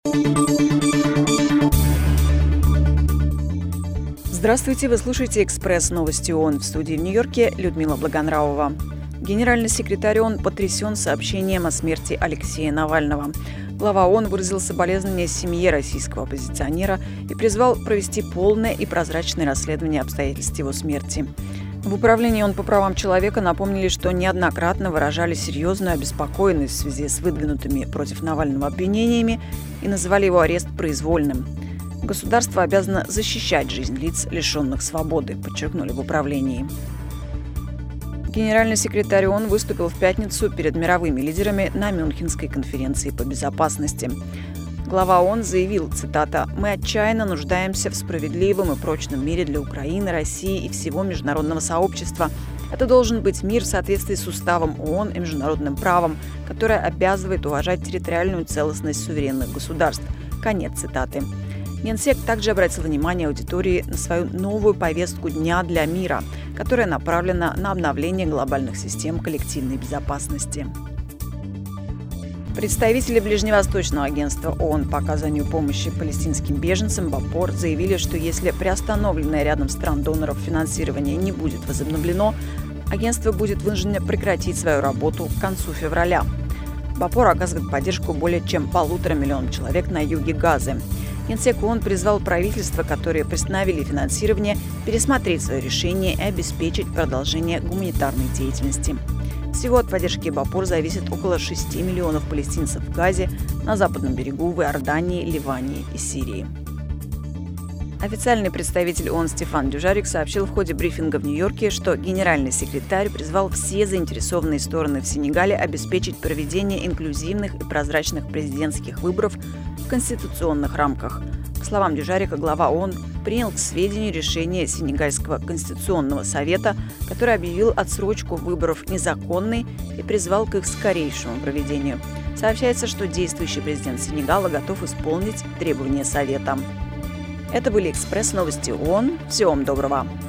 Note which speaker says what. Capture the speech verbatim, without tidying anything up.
Speaker 1: Здравствуйте, вы слушаете «Экспресс новости ООН». В студии в Нью-Йорке Людмила Благонравова. Генеральный секретарь ООН потрясен сообщением о смерти Алексея Навального. Глава ООН выразил соболезнования семье российского оппозиционера и призвал провести полное и прозрачное расследование обстоятельств его смерти. В управлении ООН по правам человека напомнили, что неоднократно выражали серьезную обеспокоенность в связи с выдвинутыми против Навального обвинениями и называли его арест произвольным. Государство обязано защищать жизнь лиц, лишенных свободы, подчеркнули в управлении. Генеральный секретарь ООН выступил в пятницу перед мировыми лидерами на Мюнхенской конференции по безопасности. Глава ООН заявил, цитата, «Мы отчаянно нуждаемся в справедливом и прочном мире для Украины, России и всего международного сообщества. Это должен быть мир в соответствии с уставом ООН и международным правом, которое обязывает уважать территориальную целостность суверенных государств». Конец цитаты. Генсек также обратил внимание аудитории на свою новую повестку Дня для мира, которая направлена на обновление глобальных систем коллективной безопасности. Представители Ближневосточного агентства ООН по оказанию помощи палестинским беженцам БАПОР заявили, что если приостановленное рядом стран-доноров финансирование не будет возобновлено, агентство будет вынуждено прекратить свою работу к концу февраля. БАПОР оказывает поддержку более чем полутора миллионам человек на юге Газы. Генсек ООН призвал правительства, которые приостановили финансирование, пересмотреть свое решение и обеспечить продолжение гуманитарной деятельности. Всего от поддержки БАПОР зависит около шести миллионов палестинцев в Газе, на западном берегу, в Иордании, Ливане и Сирии. Официальный представитель ООН Стефан Дюжарик сообщил в ходе брифинга в Нью-Йорке, что генеральный секретарь призвал все заинтересованные стороны в Сенегале обеспечить проведение инклюзивных и прозрачных президентских выборов в конституционных рамках. По словам Дюжарика, глава ООН принял к сведению решение Сенегальского конституционного совета, который объявил отсрочку выборов незаконной и призвал к их скорейшему проведению. Сообщается, что действующий президент Сенегала готов исполнить требования совета. Это были «Экспресс новости ООН». Всего вам доброго!